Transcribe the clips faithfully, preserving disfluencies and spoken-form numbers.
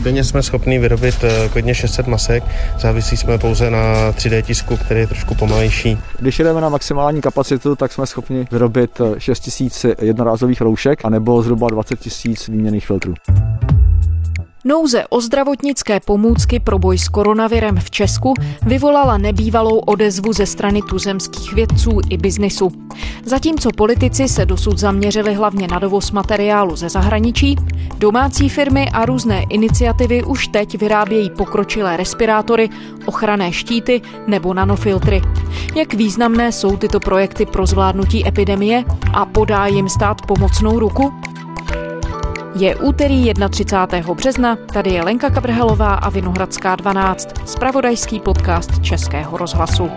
Denně jsme schopni vyrobit klidně šest set masek, závisí jsme pouze na tři dé tisku, který je trošku pomalejší. Když jdeme na maximální kapacitu, tak jsme schopni vyrobit šest tisíc jednorázových roušek anebo zhruba dvacet tisíc výměnných filtrů. Nouze o zdravotnické pomůcky pro boj s koronavirem v Česku vyvolala nebývalou odezvu ze strany tuzemských vědců i biznisu. Zatímco politici se dosud zaměřili hlavně na dovoz materiálu ze zahraničí, domácí firmy a různé iniciativy už teď vyrábějí pokročilé respirátory, ochranné štíty nebo nanofiltry. Jak významné jsou tyto projekty pro zvládnutí epidemie a podá jim stát pomocnou ruku? Je úterý třicátého prvního března, tady je Lenka Kabrhelová a Vinohradská dvanáct, zpravodajský podcast Českého rozhlasu.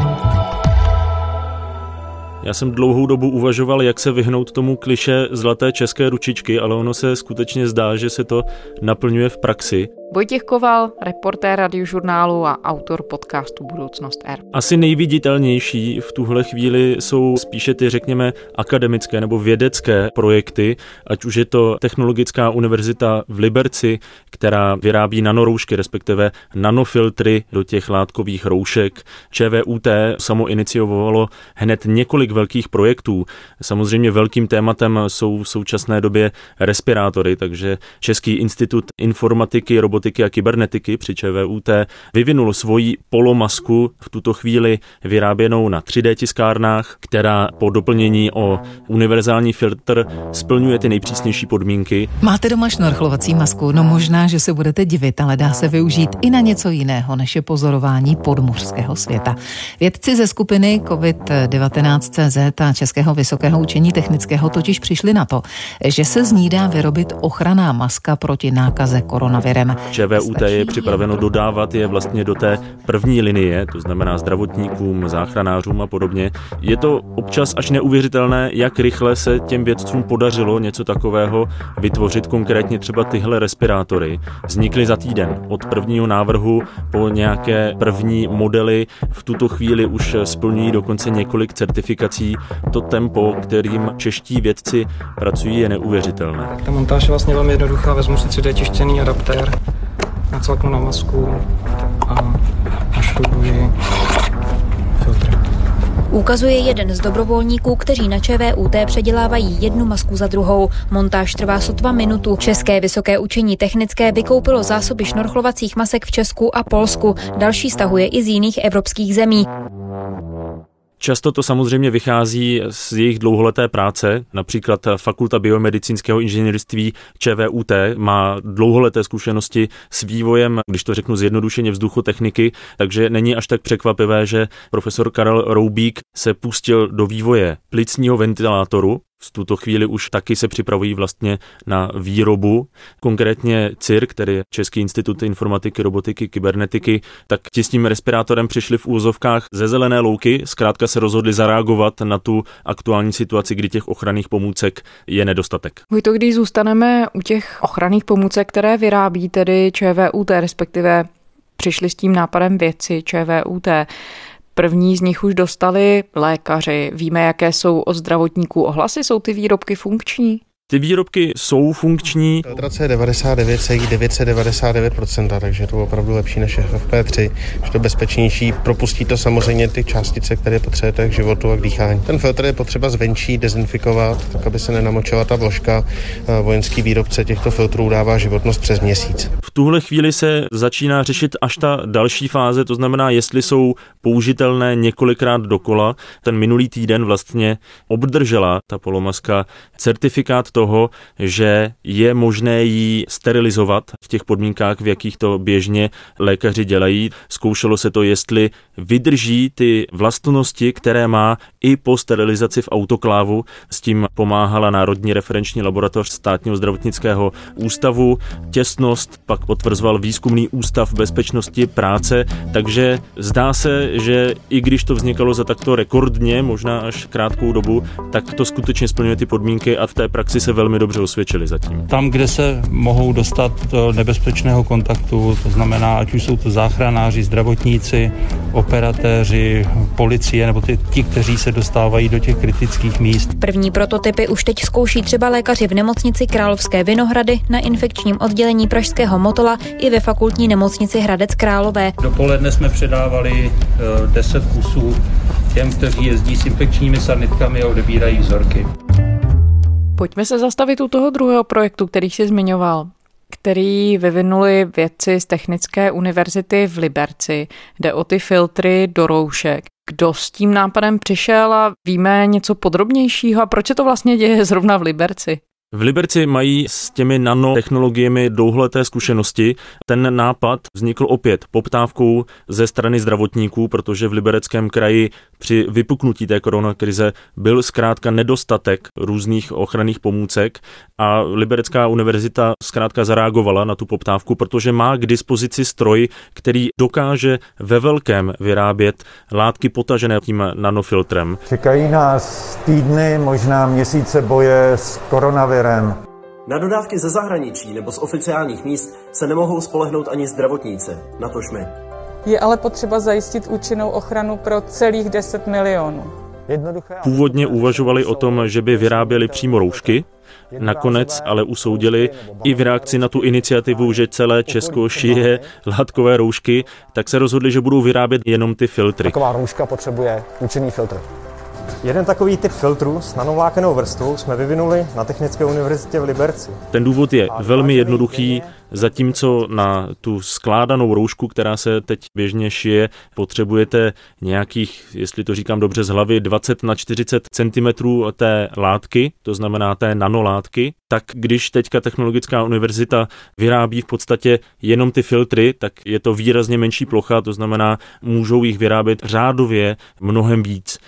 Já jsem dlouhou dobu uvažoval, jak se vyhnout tomu klišé zlaté české ručičky, ale ono se skutečně zdá, že se to naplňuje v praxi. Vojtěch Koval, reportér Radiožurnálu a autor podcastu Budoucnost R. Asi nejviditelnější v tuhle chvíli jsou spíše ty, řekněme, akademické nebo vědecké projekty, ať už je to Technologická univerzita v Liberci, která vyrábí nanoroušky, respektive nanofiltry do těch látkových roušek. ČVUT samo iniciovalo hned několik velkých projektů. Samozřejmě velkým tématem jsou v současné době respirátory, takže Český institut informatiky, robotiky a kybernetiky při ČVUT vyvinul svoji polomasku v tuto chvíli vyráběnou na tři dé tiskárnách, která po doplnění o univerzální filtr splňuje ty nejpřísnější podmínky. Máte doma šnorchlovací masku? No možná, že se budete divit, ale dá se využít i na něco jiného, než je pozorování podmořského světa. Vědci ze skupiny COVID devatenáct tečka cé zet a Českého vysokého učení technického totiž přišli na to, že se z ní dá vyrobit ochranná maska proti nákaze koronavirem. ČVUT je připraveno dodávat je vlastně do té první linie, to znamená zdravotníkům, záchranářům a podobně. Je to občas až neuvěřitelné, jak rychle se těm vědcům podařilo něco takového vytvořit, konkrétně třeba tyhle respirátory. Vznikly za týden. Od prvního návrhu po nějaké první modely v tuto chvíli už splňují dokonce několik certifikací. To tempo, kterým čeští vědci pracují, je neuvěřitelné. Ta montáž je vlastně velmi jednoduchá, vezmu si tři dé tištěný adaptér, nacvaknu na masku a našroubuji filtry. Ukazuje jeden z dobrovolníků, kteří na ČVUT předělávají jednu masku za druhou. Montáž trvá sotva minutu. České vysoké učení technické vykoupilo zásoby šnorchlovacích masek v Česku a Polsku. Další stahuje i z jiných evropských zemí. Často to samozřejmě vychází z jejich dlouholeté práce, například Fakulta biomedicínského inženýrství ČVUT má dlouholeté zkušenosti s vývojem, když to řeknu zjednodušeně, vzduchotechniky, takže není až tak překvapivé, že profesor Karel Roubík se pustil do vývoje plicního ventilátoru. V tuto chvíli už taky se připravují vlastně na výrobu. Konkrétně C I R, který je Český institut informatiky, robotiky, kybernetiky, tak ti s tím respirátorem přišli v úvozovkách ze zelené louky, zkrátka se rozhodli zareagovat na tu aktuální situaci, kdy těch ochranných pomůcek je nedostatek. Vojto, když zůstaneme u těch ochranných pomůcek, které vyrábí tedy ČVUT, respektive přišli s tím nápadem vědci ČVUT, první z nich už dostali lékaři. Víme, jaké jsou od zdravotníků ohlasy? Jsou ty výrobky funkční? Ty výrobky jsou funkční. Filtrace je devadesát devět celá devět set devadesát devět procent, takže to je opravdu lepší než F F P tři, že to bezpečnější. Propustí to samozřejmě ty částice, které potřebujete k životu a k dýchání. Ten filtr je potřeba zvenčí dezinfikovat, tak aby se nenamočila ta vložka. Vojenský výrobce těchto filtrů dává životnost přes měsíc. V tuhle chvíli se začíná řešit až ta další fáze, to znamená, jestli jsou použitelné několikrát dokola. Ten minulý týden vlastně obdržela ta polomaska certifikát toho, že je možné ji sterilizovat v těch podmínkách, v jakých to běžně lékaři dělají. Zkoušelo se to, jestli vydrží ty vlastnosti, které má i po sterilizaci v autoklávu. S tím pomáhala Národní referenční laboratoř Státního zdravotnického ústavu. Těsnost pak potvrzoval Výzkumný ústav bezpečnosti práce, takže zdá se, že i když to vznikalo za takto rekordně, možná až krátkou dobu, tak to skutečně splňuje ty podmínky a v té praxi se se velmi dobře osvědčily zatím. Tam, kde se mohou dostat do nebezpečného kontaktu, to znamená, ať už jsou to záchranáři, zdravotníci, operatéři, policie nebo ty, ti, kteří se dostávají do těch kritických míst. První prototypy už teď zkouší třeba lékaři v nemocnici Královské Vinohrady, na infekčním oddělení pražského Motola i ve fakultní nemocnici Hradec Králové. Dopoledne jsme předávali deset kusů těm, kteří jezdí s infekčními sanitkami a odebírají vzorky. Pojďme se zastavit u toho druhého projektu, který jsi zmiňoval, který vyvinuli vědci z Technické univerzity v Liberci. Jde o ty filtry do roušek. Kdo s tím nápadem přišel a víme něco podrobnějšího a proč se to vlastně děje zrovna v Liberci? V Liberci mají s těmi nanotechnologiemi dlouholeté zkušenosti. Ten nápad vznikl opět poptávkou ze strany zdravotníků, protože v Libereckém kraji při vypuknutí té koronakrize byl zkrátka nedostatek různých ochranných pomůcek a Liberecká univerzita zkrátka zareagovala na tu poptávku, protože má k dispozici stroj, který dokáže ve velkém vyrábět látky potažené tím nanofiltrem. Čekají nás týdny, možná měsíce boje s koronavirem. Na dodávky ze zahraničí nebo z oficiálních míst se nemohou spolehnout ani zdravotníci, natož my. Je ale potřeba zajistit účinnou ochranu pro celých deset milionů. Původně uvažovali o tom, že by vyráběli přímo roušky, nakonec ale usoudili i v reakci na tu iniciativu, že celé Česko šije látkové roušky, tak se rozhodli, že budou vyrábět jenom ty filtry. Taková rouška potřebuje účinný filtr. Jeden takový typ filtru s nanovlákenou vrstvou jsme vyvinuli na Technické univerzitě v Liberci. Ten důvod je velmi jednoduchý, zatímco na tu skládanou roušku, která se teď běžně šije, potřebujete nějakých, jestli to říkám dobře z hlavy, dvacet na čtyřicet centimetrů té látky, to znamená té nanolátky, tak když teďka Technologická univerzita vyrábí v podstatě jenom ty filtry, tak je to výrazně menší plocha, to znamená, můžou jich vyrábět řádově mnohem víc.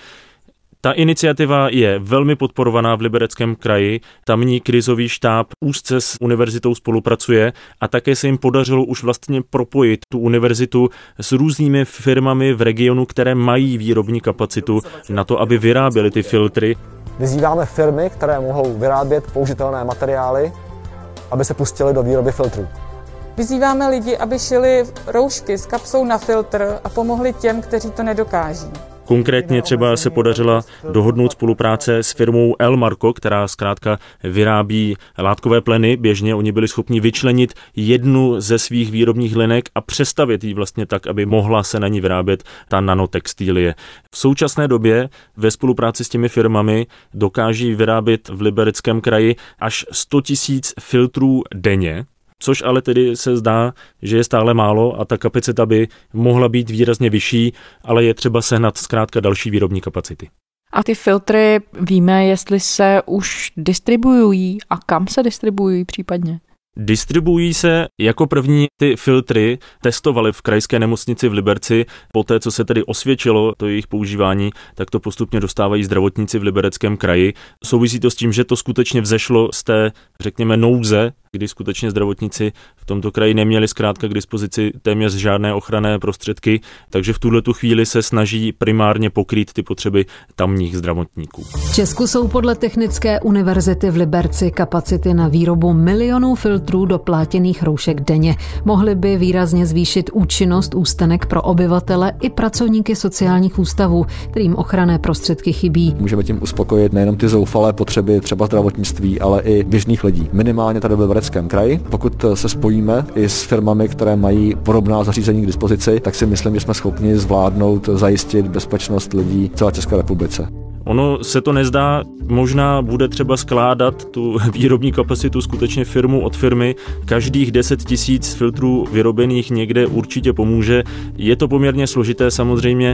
Ta iniciativa je velmi podporovaná v Libereckém kraji, tamní krizový štáb úzce s univerzitou spolupracuje a také se jim podařilo už vlastně propojit tu univerzitu s různými firmami v regionu, které mají výrobní kapacitu na to, aby vyráběly ty filtry. Vyzýváme firmy, které mohou vyrábět použitelné materiály, aby se pustily do výroby filtrů. Vyzýváme lidi, aby šili roušky s kapsou na filtr a pomohli těm, kteří to nedokáží. Konkrétně třeba se podařila dohodnout spolupráce s firmou Elmarco, která zkrátka vyrábí látkové pleny. Běžně oni byli schopni vyčlenit jednu ze svých výrobních linek a přestavět ji vlastně tak, aby mohla se na ní vyrábět ta nanotextilie. V současné době ve spolupráci s těmi firmami dokáží vyrábět v Libereckém kraji až sto tisíc filtrů denně, což ale tedy se zdá, že je stále málo a ta kapacita by mohla být výrazně vyšší, ale je třeba sehnat zkrátka další výrobní kapacity. A ty filtry víme, jestli se už distribuují a kam se distribuují případně? Distribuují se jako první ty filtry, testovali v krajské nemocnici v Liberci, poté co se tedy osvědčilo to jejich používání, tak to postupně dostávají zdravotníci v Libereckém kraji. Souvisí to s tím, že to skutečně vzešlo z té, řekněme, nouze, kdy skutečně zdravotníci v tomto kraji neměli zkrátka k dispozici téměř žádné ochranné prostředky, takže v tuhletu chvíli se snaží primárně pokrýt ty potřeby tamních zdravotníků. V Česku jsou podle Technické univerzity v Liberci kapacity na výrobu milionů filtrů do plátěných roušek denně. Mohly by výrazně zvýšit účinnost ústenek pro obyvatele i pracovníky sociálních ústavů, kterým ochranné prostředky chybí. Můžeme tím uspokojit nejenom ty zoufalé potřeby třeba zdravotnictví, ale i běžných lidí. Minimálně tady ve Libereckém kraji. Pokud se spojíme i s firmami, které mají podobná zařízení k dispozici, tak si myslím, že jsme schopni zvládnout zajistit bezpečnost lidí v celé České republice. Ono se to nezdá, možná bude třeba skládat tu výrobní kapacitu skutečně firmu od firmy. Každých deset tisíc filtrů vyrobených někde určitě pomůže. Je to poměrně složité samozřejmě.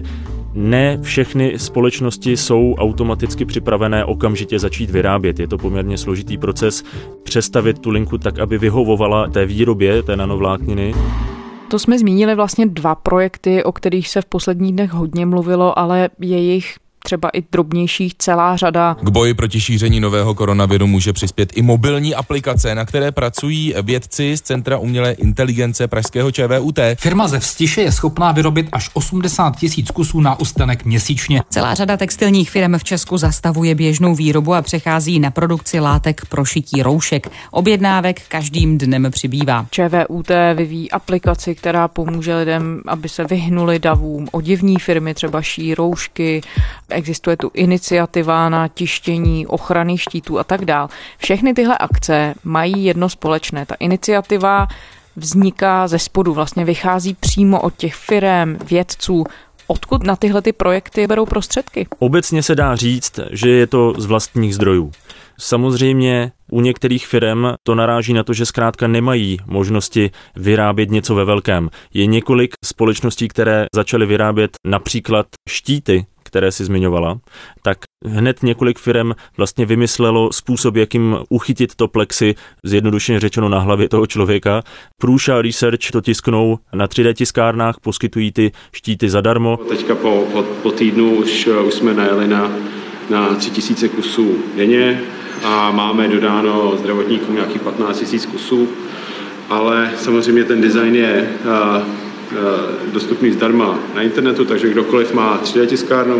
Ne všechny společnosti jsou automaticky připravené okamžitě začít vyrábět. Je to poměrně složitý proces přestavit tu linku tak, aby vyhovovala té výrobě té nanovlákniny. To jsme zmínili vlastně dva projekty, o kterých se v posledních dnech hodně mluvilo, ale je jich třeba i drobnějších, celá řada. K boji proti šíření nového koronaviru může přispět i mobilní aplikace, na které pracují vědci z Centra umělé inteligence pražského ČVUT. Firma ze Vstiše je schopná vyrobit až osmdesát tisíc kusů náustenek měsíčně. Celá řada textilních firm v Česku zastavuje běžnou výrobu a přechází na produkci látek pro šití roušek. Objednávek každým dnem přibývá. ČVUT vyvíjí aplikaci, která pomůže lidem, aby se vyhnuli davům. Oděvní firmy třeba šijí roušky, existuje tu iniciativa na tištění ochranných štítů a tak dál. Všechny tyhle akce mají jedno společné. Ta iniciativa vzniká ze spodu, vlastně vychází přímo od těch firem, vědců. Odkud na tyhle ty projekty berou prostředky? Obecně se dá říct, že je to z vlastních zdrojů. Samozřejmě u některých firem to naráží na to, že zkrátka nemají možnosti vyrábět něco ve velkém. Je několik společností, které začaly vyrábět například štíty, které si zmiňovala, tak hned několik firem vlastně vymyslelo způsob, jakým uchytit to plexi, zjednodušeně řečeno na hlavě toho člověka. Průša Research to tisknou na tři dé tiskárnách, poskytují ty štíty zadarmo. Teďka po, po, po týdnu už, už jsme najeli na, na tři tisíce kusů denně a máme dodáno zdravotníkům nějakých patnáct tisíc kusů, ale samozřejmě ten design je uh, dostupný zdarma na internetu, takže kdokoliv má tři dé tiskárnu,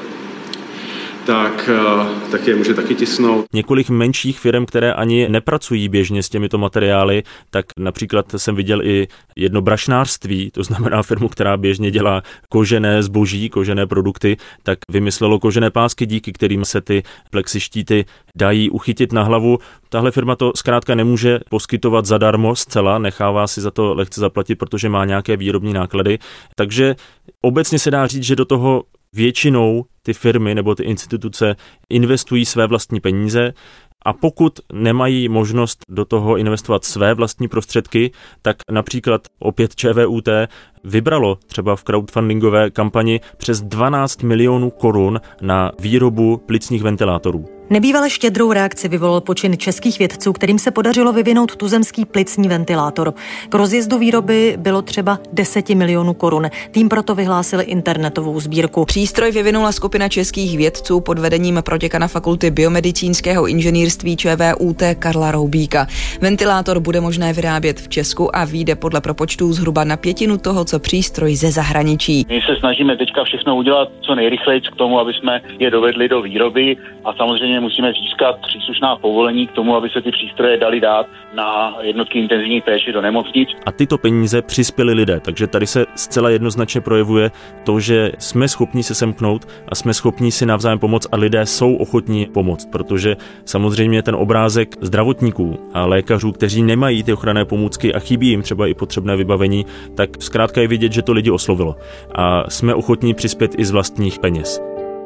tak, tak je může taky tisknout. Několik menších firm, které ani nepracují běžně s těmito materiály, tak například jsem viděl i jedno brašnářství, to znamená firmu, která běžně dělá kožené zboží, kožené produkty, tak vymyslelo kožené pásky, díky kterým se ty plexištíty dají uchytit na hlavu. Tahle firma to zkrátka nemůže poskytovat zadarmo zcela, nechává si za to lehce zaplatit, protože má nějaké výrobní náklady. Takže obecně se dá říct, že do toho většinou ty firmy nebo ty instituce investují své vlastní peníze a pokud nemají možnost do toho investovat své vlastní prostředky, tak například opět ČVUT vybralo třeba v crowdfundingové kampani přes dvanáct milionů korun na výrobu plicních ventilátorů. Nebývale štědrou reakci vyvolal počin českých vědců, kterým se podařilo vyvinout tuzemský plicní ventilátor. K rozjezdu výroby bylo třeba deset milionů korun. Tým proto vyhlásili internetovou sbírku. Přístroj vyvinula skupina českých vědců pod vedením proděkana Fakulty biomedicínského inženýrství ČVUT Karla Roubíka. Ventilátor bude možné vyrábět v Česku a vyjde podle propočtů zhruba na pětinu toho, co přístroj ze zahraničí. My se snažíme teďka všechno udělat co nejrychleji k tomu, aby jsme je dovedli do výroby a samozřejmě musíme získat příslušná povolení k tomu, aby se ty přístroje dali dát na jednotky intenzivní péče do nemocnic. A tyto peníze přispěli lidé, takže tady se zcela jednoznačně projevuje to, že jsme schopni se semknout a jsme schopni si navzájem pomoct a lidé jsou ochotní pomoct, protože samozřejmě ten obrázek zdravotníků a lékařů, kteří nemají ty ochranné pomůcky a chybí jim třeba i potřebné vybavení, tak zkrátka je vidět, že to lidi oslovilo a jsme ochotní přispět i z vlastních peněz.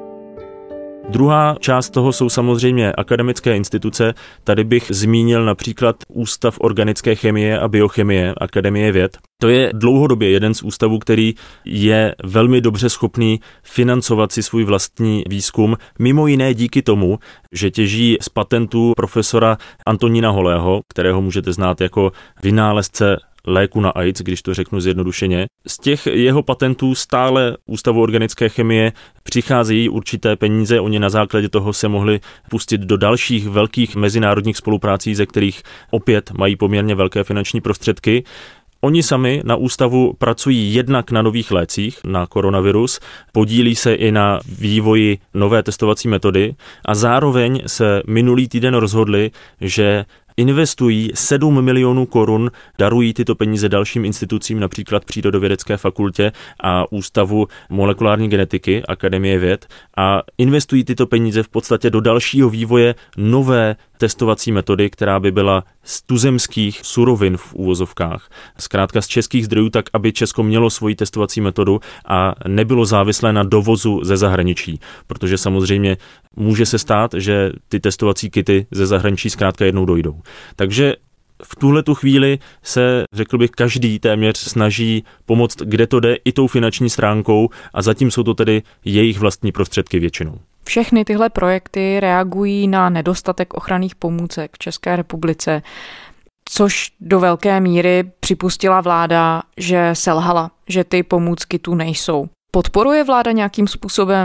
Druhá část toho jsou samozřejmě akademické instituce. Tady bych zmínil například Ústav organické chemie a biochemie Akademie věd. To je dlouhodobě jeden z ústavů, který je velmi dobře schopný financovat si svůj vlastní výzkum, mimo jiné díky tomu, že těží z patentů profesora Antonína Holého, kterého můžete znát jako vynálezce léku na AIDS, když to řeknu zjednodušeně. Z těch jeho patentů stále Ústavu organické chemie přicházejí určité peníze, oni na základě toho se mohli pustit do dalších velkých mezinárodních spoluprácí, ze kterých opět mají poměrně velké finanční prostředky. Oni sami na ústavu pracují jednak na nových lécích na koronavirus, podílí se i na vývoji nové testovací metody a zároveň se minulý týden rozhodli, že investují sedm milionů korun, darují tyto peníze dalším institucím, například Přírodovědecké fakultě a Ústavu molekulární genetiky Akademie věd a investují tyto peníze v podstatě do dalšího vývoje nové testovací metody, která by byla z tuzemských surovin v úvozovkách. Zkrátka z českých zdrojů, tak aby Česko mělo svoji testovací metodu a nebylo závislé na dovozu ze zahraničí, protože samozřejmě může se stát, že ty testovací kity ze zahraničí zkrátka jednou dojdou. Takže v tuhletu chvíli se, řekl bych, každý téměř snaží pomoct, kde to jde, i tou finanční stránkou a zatím jsou to tedy jejich vlastní prostředky většinou. Všechny tyhle projekty reagují na nedostatek ochranných pomůcek v České republice, což do velké míry připustila vláda, že selhala, že ty pomůcky tu nejsou. Podporuje vláda nějakým způsobem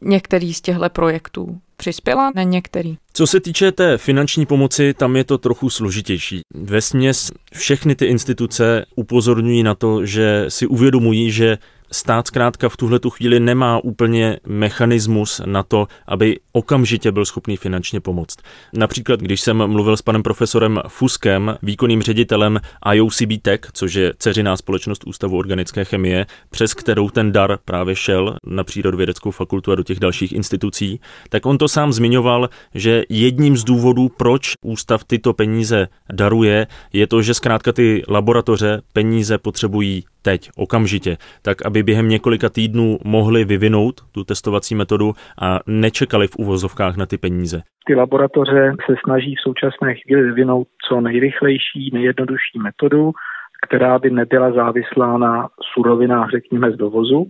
některý z těchto projektů? Přispěla na některý? Co se týče té finanční pomoci, tam je to trochu složitější. Vesměs všechny ty instituce upozorňují na to, že si uvědomují, že stát zkrátka v tuhletu chvíli nemá úplně mechanismus na to, aby okamžitě byl schopný finančně pomoct. Například, když jsem mluvil s panem profesorem Fuskem, výkonným ředitelem I O C B Tech, což je dceřiná společnost Ústavu organické chemie, přes kterou ten dar právě šel na Přírodovědeckou fakultu a do těch dalších institucí, tak on to sám zmiňoval, že jedním z důvodů, proč ústav tyto peníze daruje, je to, že zkrátka ty laboratoře peníze potřebují teď, okamžitě, tak aby během několika týdnů mohli vyvinout tu testovací metodu a nečekali v uvozovkách na ty peníze. Ty laboratoře se snaží v současné chvíli vyvinout co nejrychlejší, nejjednodušší metodu, která by nebyla závislá na surovinách, řekněme, z dovozu,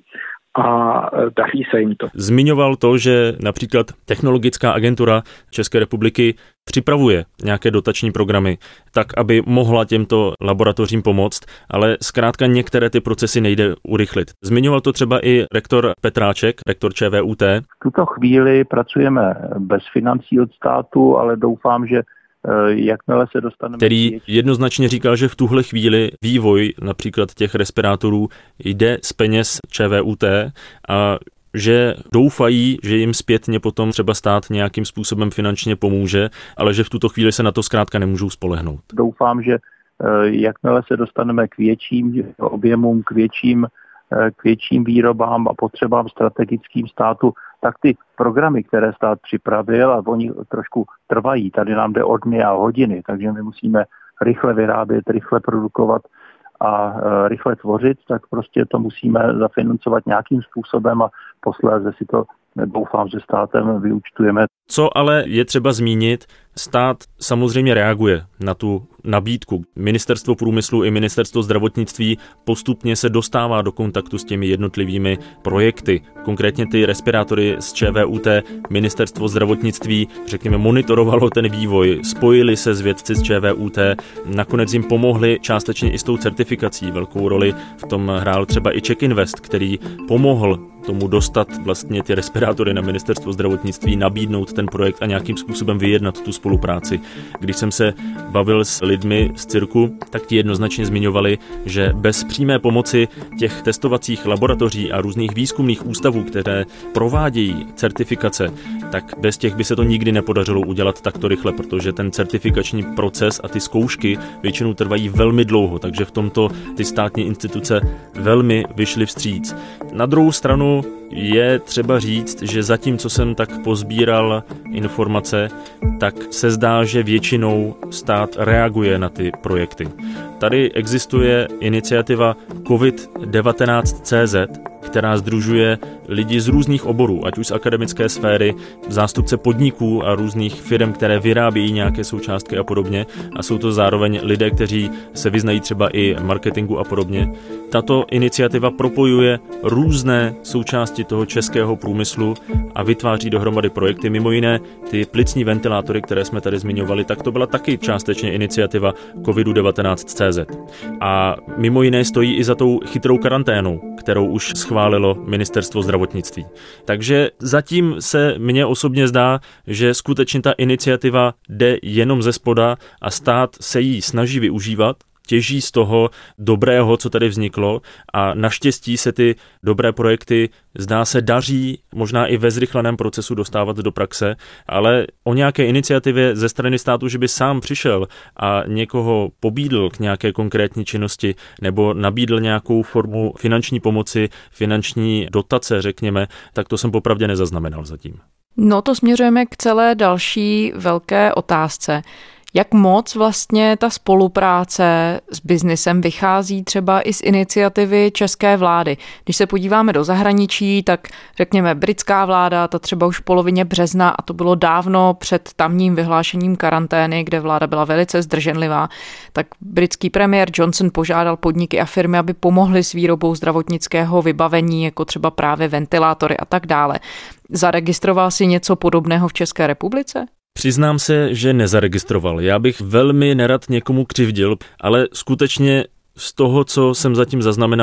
a daří se jim to. Zmiňoval to, že například Technologická agentura České republiky připravuje nějaké dotační programy, tak aby mohla těmto laboratořím pomoct, ale zkrátka některé ty procesy nejde urychlit. Zmiňoval to třeba i rektor Petráček, rektor Č V U T. V tuto chvíli pracujeme bez financí od státu, ale doufám, že jakmile se dostaneme... Který jednoznačně říkal, že v tuhle chvíli vývoj například těch respirátorů jde z peněz Č V U T a že doufají, že jim zpětně potom třeba stát nějakým způsobem finančně pomůže, ale že v tuto chvíli se na to zkrátka nemůžou spolehnout. Doufám, že jakmile se dostaneme k větším objemům, k větším, k větším výrobám a potřebám strategickým státu, tak ty programy, které stát připravil, a oni trošku trvají, tady nám jde o dny a hodiny, takže my musíme rychle vyrábět, rychle produkovat a e, rychle tvořit, tak prostě to musíme zafinancovat nějakým způsobem a posléze si to, doufám, že státem vyúčtujeme. Co ale je třeba zmínit, stát samozřejmě reaguje na tu nabídku. Ministerstvo průmyslu i ministerstvo zdravotnictví postupně se dostává do kontaktu s těmi jednotlivými projekty. Konkrétně ty respirátory z Č V U T, ministerstvo zdravotnictví, řekněme, monitorovalo ten vývoj, spojili se s vědci z Č V U T, nakonec jim pomohli částečně i s tou certifikací. Velkou roli v tom hrál třeba i Czech Invest, který pomohl tomu dostat vlastně ty respirátory na ministerstvo zdravotnictví, nabídnout ten projekt a nějakým způsobem vyjednat tu spolupráci. Když jsem se bavil s lidmi z cirku, tak ti jednoznačně zmiňovali, že bez přímé pomoci těch testovacích laboratoří a různých výzkumných ústavů, které provádějí certifikace, tak bez těch by se to nikdy nepodařilo udělat takto rychle, protože ten certifikační proces a ty zkoušky většinou trvají velmi dlouho, takže v tomto ty státní instituce velmi vyšly vstříc. Na druhou stranu je třeba říct, že zatím, co jsem tak pozbíral informace, tak se zdá, že většinou stát reaguje na ty projekty. Tady existuje iniciativa COVID devatenáct tečka cé zet, která sdružuje lidi z různých oborů, ať už z akademické sféry, zástupce podniků a různých firm, které vyrábějí nějaké součástky a podobně. A jsou to zároveň lidé, kteří se vyznají třeba i marketingu a podobně. Tato iniciativa propojuje různé součásti toho českého průmyslu a vytváří dohromady projekty. Mimo jiné ty plicní ventilátory, které jsme tady zmiňovali, tak to byla taky částečně iniciativa COVID devatenáct tečka cé zet. A mimo jiné stojí i za tou chytrou karanténou, kterou už schválilo ministerstvo zdravotnictví. Takže zatím se mně osobně zdá, že skutečně ta iniciativa jde jenom ze spoda a stát se jí snaží využívat, těží z toho dobrého, co tady vzniklo, a naštěstí se ty dobré projekty, zdá se, daří možná i ve zrychleném procesu dostávat do praxe, ale o nějaké iniciativě ze strany státu, že by sám přišel a někoho pobídl k nějaké konkrétní činnosti nebo nabídl nějakou formu finanční pomoci, finanční dotace, řekněme, tak to jsem popravdě nezaznamenal zatím. No to směřujeme k celé další velké otázce. Jak moc vlastně ta spolupráce s biznisem vychází třeba i z iniciativy české vlády? Když se podíváme do zahraničí, tak řekněme britská vláda, ta třeba už v polovině března, a to bylo dávno před tamním vyhlášením karantény, kde vláda byla velice zdrženlivá, tak britský premiér Johnson požádal podniky a firmy, aby pomohly s výrobou zdravotnického vybavení, jako třeba právě ventilátory a tak dále. Zaregistroval si něco podobného v České republice? Přiznám se, že nezaregistroval. Já bych velmi nerad někomu křivdil, ale skutečně z toho, co jsem zatím zaznamenal,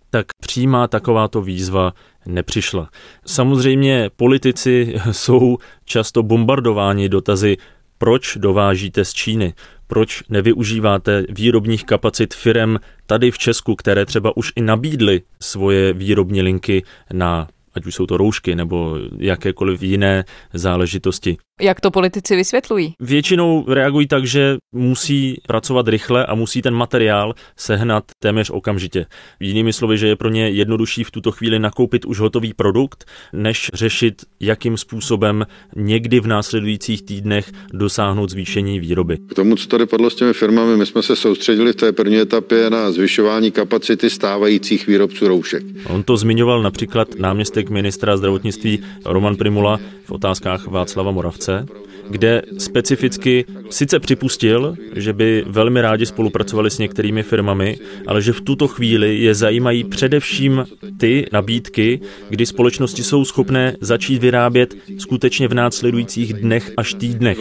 tak přímá takováto výzva nepřišla. Samozřejmě politici jsou často bombardováni dotazy, proč dovážíte z Číny, proč nevyužíváte výrobních kapacit firem tady v Česku, které třeba už i nabídly svoje výrobní linky na, ať už jsou to roušky nebo jakékoliv jiné záležitosti. Jak to politici vysvětlují? Většinou reagují tak, že musí pracovat rychle a musí ten materiál sehnat téměř okamžitě. Jinými slovy, že je pro ně jednodušší v tuto chvíli nakoupit už hotový produkt, než řešit, jakým způsobem někdy v následujících týdnech dosáhnout zvýšení výroby. K tomu, co tady padlo s těmi firmami, my jsme se soustředili v té první etapě na zvyšování kapacity stávajících výrobců roušek. On to zmiňoval například náměstek ministra zdravotnictví Roman Prymula v otázkách Václava Moravce, kde specificky sice připustil, že by velmi rádi spolupracovali s některými firmami, ale že v tuto chvíli je zajímají především ty nabídky, kdy společnosti jsou schopné začít vyrábět skutečně v následujících dnech až týdnech.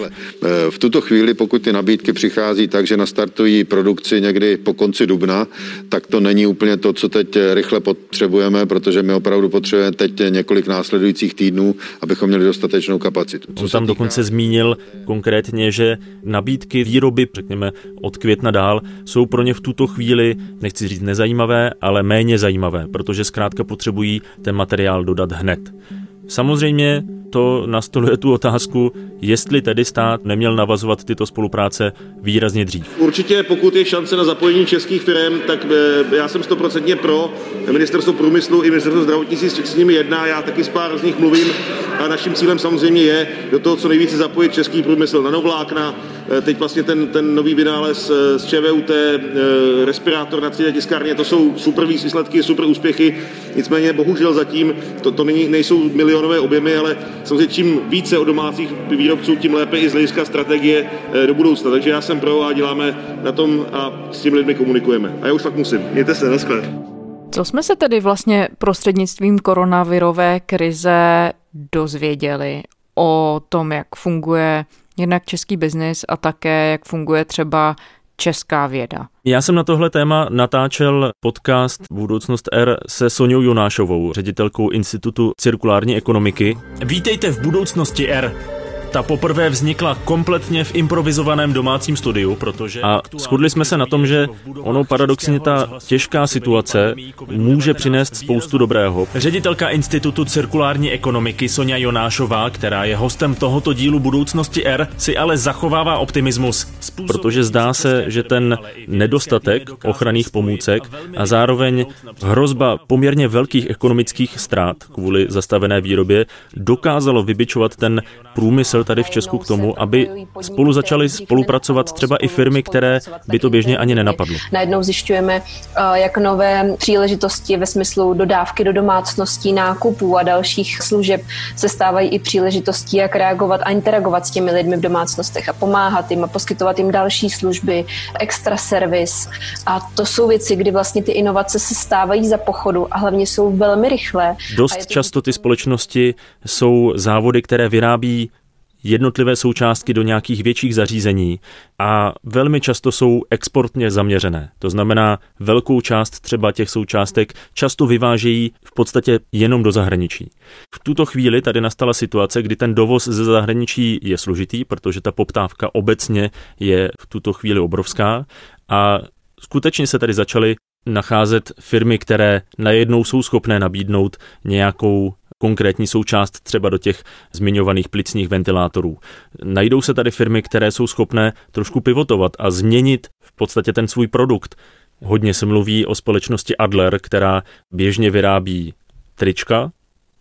V tuto chvíli, pokud ty nabídky přichází tak, že nastartují produkci někdy po konci dubna, tak to není úplně to, co teď rychle potřebujeme, protože my opravdu potřebujeme teď několik následujících týdnů, abychom měli dostatečnou kapacitu. On tam dokonce zmínil konkrétně, že nabídky výroby, řekněme od května dál, jsou pro ně v tuto chvíli, nechci říct nezajímavé, ale méně zajímavé, protože zkrátka potřebují ten materiál dodat hned. Samozřejmě to nastoluje tu otázku, jestli tedy stát neměl navazovat tyto spolupráce výrazně dřív. Určitě, pokud je šance na zapojení českých firm, tak já jsem stoprocentně pro. Ministerstvo průmyslu i Ministerstvo zdravotnictví s nimi jedná, já taky s pár z nich mluvím a naším cílem samozřejmě je do toho co nejvíce zapojit český průmysl, nanovlákna. Teď vlastně ten, ten nový vynález z ČVUT, respirátor na tři dé tiskárně, to jsou super výsledky, super úspěchy. Nicméně bohužel zatím to, to není, nejsou milionové objemy, ale samozřejmě čím více od domácích výrobců, tím lépe i z hlediska strategie do budoucna. Takže já jsem pro a děláme na tom a s těmi lidmi komunikujeme. A já už fakt musím. Mějte se, naschle. Co jsme se tedy vlastně prostřednictvím koronavirové krize dozvěděli o tom, jak funguje jednak český biznis a také jak funguje třeba česká věda? Já jsem na tohle téma natáčel podcast Budoucnost R se Soňou Jonášovou, ředitelkou Institutu cirkulární ekonomiky. Vítejte v Budoucnosti R. Ta poprvé vznikla kompletně v improvizovaném domácím studiu, protože... A shodli jsme se na tom, že ono paradoxně ta těžká situace může přinést spoustu dobrého. Ředitelka Institutu cirkulární ekonomiky Soňa Jonášová, která je hostem tohoto dílu Budoucnosti R, si ale zachovává optimismus, protože zdá se, že ten nedostatek ochranných pomůcek a zároveň hrozba poměrně velkých ekonomických ztrát kvůli zastavené výrobě dokázalo vybičovat ten průmysl tady v Česku k tomu, aby spolu začaly spolupracovat třeba i firmy, které by to běžně ani nenapadlo. Najednou zjišťujeme, jak nové příležitosti ve smyslu dodávky do domácností, nákupů a dalších služeb se stávají i příležitostí, jak reagovat a interagovat s těmi lidmi v domácnostech a pomáhat jim a poskytovat jim další služby, extra servis. A to jsou věci, kdy vlastně ty inovace se stávají za pochodu a hlavně jsou velmi rychlé. Dost často ty společnosti jsou závody, které vyrábí jednotlivé součástky do nějakých větších zařízení a velmi často jsou exportně zaměřené. To znamená, velkou část třeba těch součástek často vyvážejí v podstatě jenom do zahraničí. V tuto chvíli tady nastala situace, kdy ten dovoz ze zahraničí je složitý, protože ta poptávka obecně je v tuto chvíli obrovská a skutečně se tady začaly nacházet firmy, které najednou jsou schopné nabídnout nějakou konkrétní součást třeba do těch zmiňovaných plicních ventilátorů. Najdou se tady firmy, které jsou schopné trošku pivotovat a změnit v podstatě ten svůj produkt. Hodně se mluví o společnosti Adler, která běžně vyrábí trička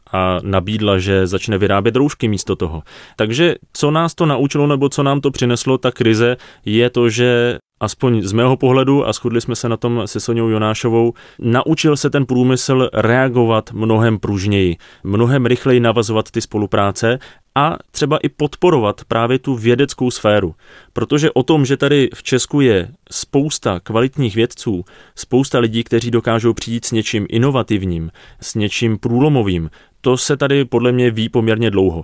a nabídla, že začne vyrábět roušky místo toho. Takže co nás to naučilo, nebo co nám to přineslo, ta krize, je to, že aspoň z mého pohledu, a shodli jsme se na tom se Soňou Jonášovou, naučil se ten průmysl reagovat mnohem pružněji, mnohem rychleji navazovat ty spolupráce a třeba i podporovat právě tu vědeckou sféru. Protože o tom, že tady v Česku je spousta kvalitních vědců, spousta lidí, kteří dokážou přijít s něčím inovativním, s něčím průlomovým, to se tady podle mě ví poměrně dlouho.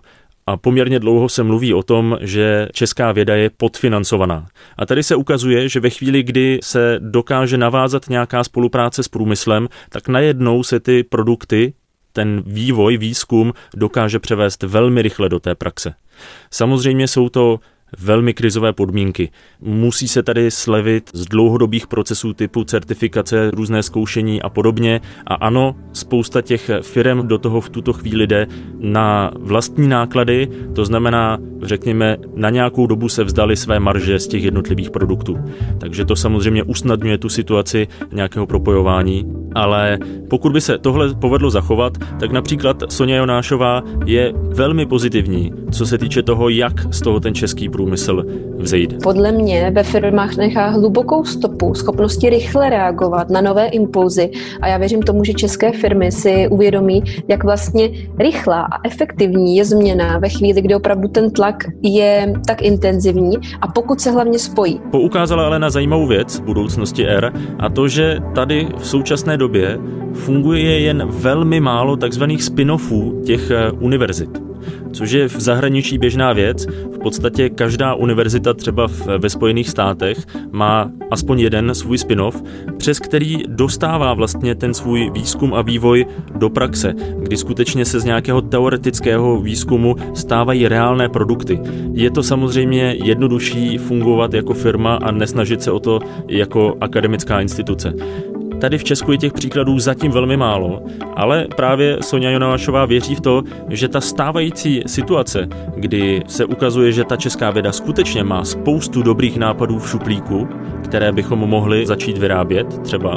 A poměrně dlouho se mluví o tom, že česká věda je podfinancovaná. A tady se ukazuje, že ve chvíli, kdy se dokáže navázat nějaká spolupráce s průmyslem, tak najednou se ty produkty, ten vývoj, výzkum dokáže převést velmi rychle do té praxe. Samozřejmě jsou to velmi krizové podmínky. Musí se tady slevit z dlouhodobých procesů typu certifikace, různé zkoušení a podobně. A ano, spousta těch firem do toho v tuto chvíli jde na vlastní náklady, to znamená, řekněme, na nějakou dobu se vzdali své marže z těch jednotlivých produktů. Takže to samozřejmě usnadňuje tu situaci nějakého propojování. Ale pokud by se tohle povedlo zachovat, tak například Soňa Jonášová je velmi pozitivní, co se týče toho, jak z toho ten český průmysl vzejde. Podle mě ve firmách nechá hlubokou stopu schopnosti rychle reagovat na nové impulzy a já věřím tomu, že české firmy si uvědomí, jak vlastně rychlá a efektivní je změna ve chvíli, kdy opravdu ten tlak je tak intenzivní a pokud se hlavně spojí. Poukázala ale na zajímavou věc budoucnosti R a to, že tady v současné době funguje jen velmi málo takzvaných spin-offů těch univerzit, což je v zahraničí běžná věc. V podstatě každá univerzita třeba ve Spojených státech má aspoň jeden svůj spin-off, přes který dostává vlastně ten svůj výzkum a vývoj do praxe, kdy skutečně se z nějakého teoretického výzkumu stávají reálné produkty. Je to samozřejmě jednodušší fungovat jako firma a nesnažit se o to jako akademická instituce. Tady v Česku je těch příkladů zatím velmi málo, ale právě Soňa Jonášová věří v to, že ta stávající situace, kdy se ukazuje, že ta česká věda skutečně má spoustu dobrých nápadů v šuplíku, které bychom mohli začít vyrábět třeba,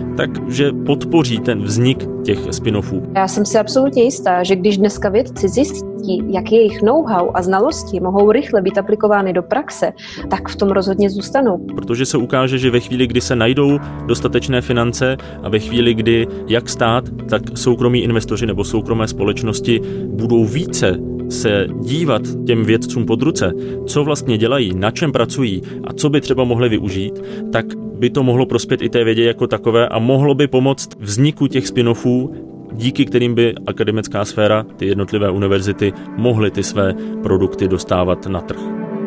takže podpoří ten vznik těch spin-offů. Já jsem si absolutně jistá, že když dneska vědci zjistí, jak jejich know-how a znalosti mohou rychle být aplikovány do praxe, tak v tom rozhodně zůstanou. Protože se ukáže, že ve chvíli, kdy se najdou dostatečné finance a ve chvíli, kdy jak stát, tak soukromí investoři nebo soukromé společnosti budou více se dívat těm vědcům pod ruce, co vlastně dělají, na čem pracují a co by třeba mohli využít, tak by to mohlo prospět i té vědě jako takové a mohlo by pomoct vzniku těch spin-offů, díky kterým by akademická sféra, ty jednotlivé univerzity, mohly ty své produkty dostávat na trh.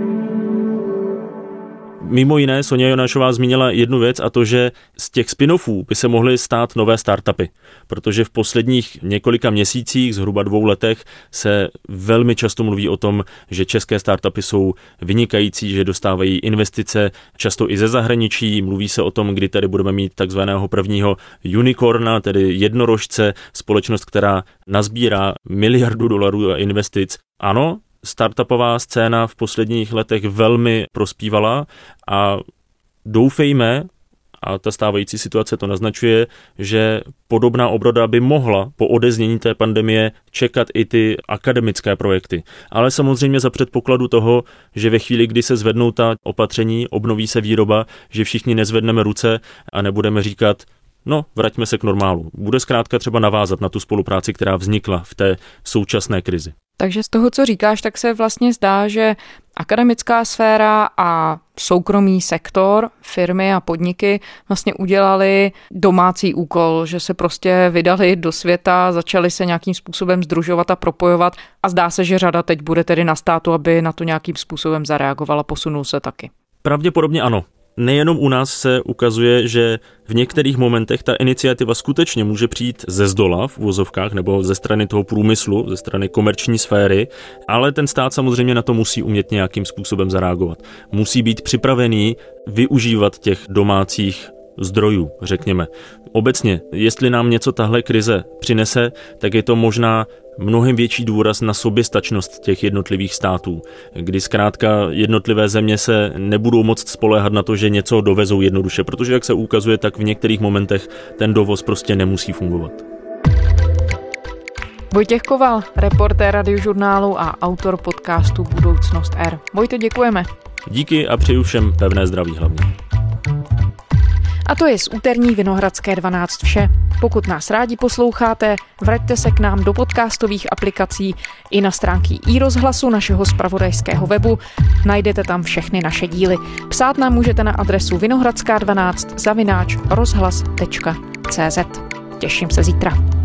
Mimo jiné Soňa Jonášová zmínila jednu věc a to, že z těch spin-offů by se mohly stát nové startupy, protože v posledních několika měsících, zhruba dvou letech, se velmi často mluví o tom, že české startupy jsou vynikající, že dostávají investice často i ze zahraničí. Mluví se o tom, kdy tady budeme mít takzvaného prvního unicorna, tedy jednorožce, společnost, která nazbírá miliardu dolarů investic. Ano, startupová scéna v posledních letech velmi prospívala a doufejme, a ta stávající situace to naznačuje, že podobná obroda by mohla po odeznění té pandemie čekat i ty akademické projekty. Ale samozřejmě za předpokladu toho, že ve chvíli, kdy se zvednou ta opatření, obnoví se výroba, že všichni nezvedneme ruce a nebudeme říkat, no, vraťme se k normálu. Bude zkrátka třeba navázat na tu spolupráci, která vznikla v té současné krizi. Takže z toho, co říkáš, tak se vlastně zdá, že akademická sféra a soukromý sektor, firmy a podniky vlastně udělali domácí úkol, že se prostě vydali do světa, začali se nějakým způsobem sdružovat a propojovat a zdá se, že řada teď bude tedy na státu, aby na to nějakým způsobem zareagovala, posunul se taky. Pravděpodobně ano. Nejenom u nás se ukazuje, že v některých momentech ta iniciativa skutečně může přijít ze zdola v uvozovkách nebo ze strany toho průmyslu, ze strany komerční sféry, ale ten stát samozřejmě na to musí umět nějakým způsobem zareagovat. Musí být připravený využívat těch domácích zdrojů, řekněme. Obecně, jestli nám něco tahle krize přinese, tak je to možná mnohem větší důraz na soběstačnost těch jednotlivých států, kdy zkrátka jednotlivé země se nebudou moct spoléhat na to, že něco dovezou jednoduše, protože jak se ukazuje, tak v některých momentech ten dovoz prostě nemusí fungovat. Vojtěch Koval, reportér Radiožurnálu a autor podcastu Budoucnost R. Vojto, děkujeme. Díky a přeju všem pevné zdraví hlavně. A to je z úterní Vinohradské dvanáct vše. Pokud nás rádi posloucháte, vraťte se k nám do podcastových aplikací i na stránky iRozhlasu, našeho zpravodajského webu. Najdete tam všechny naše díly. Psát nám můžete na adresu vinohradská dvanáct zavináč rozhlas tečka cé zet. Těším se zítra.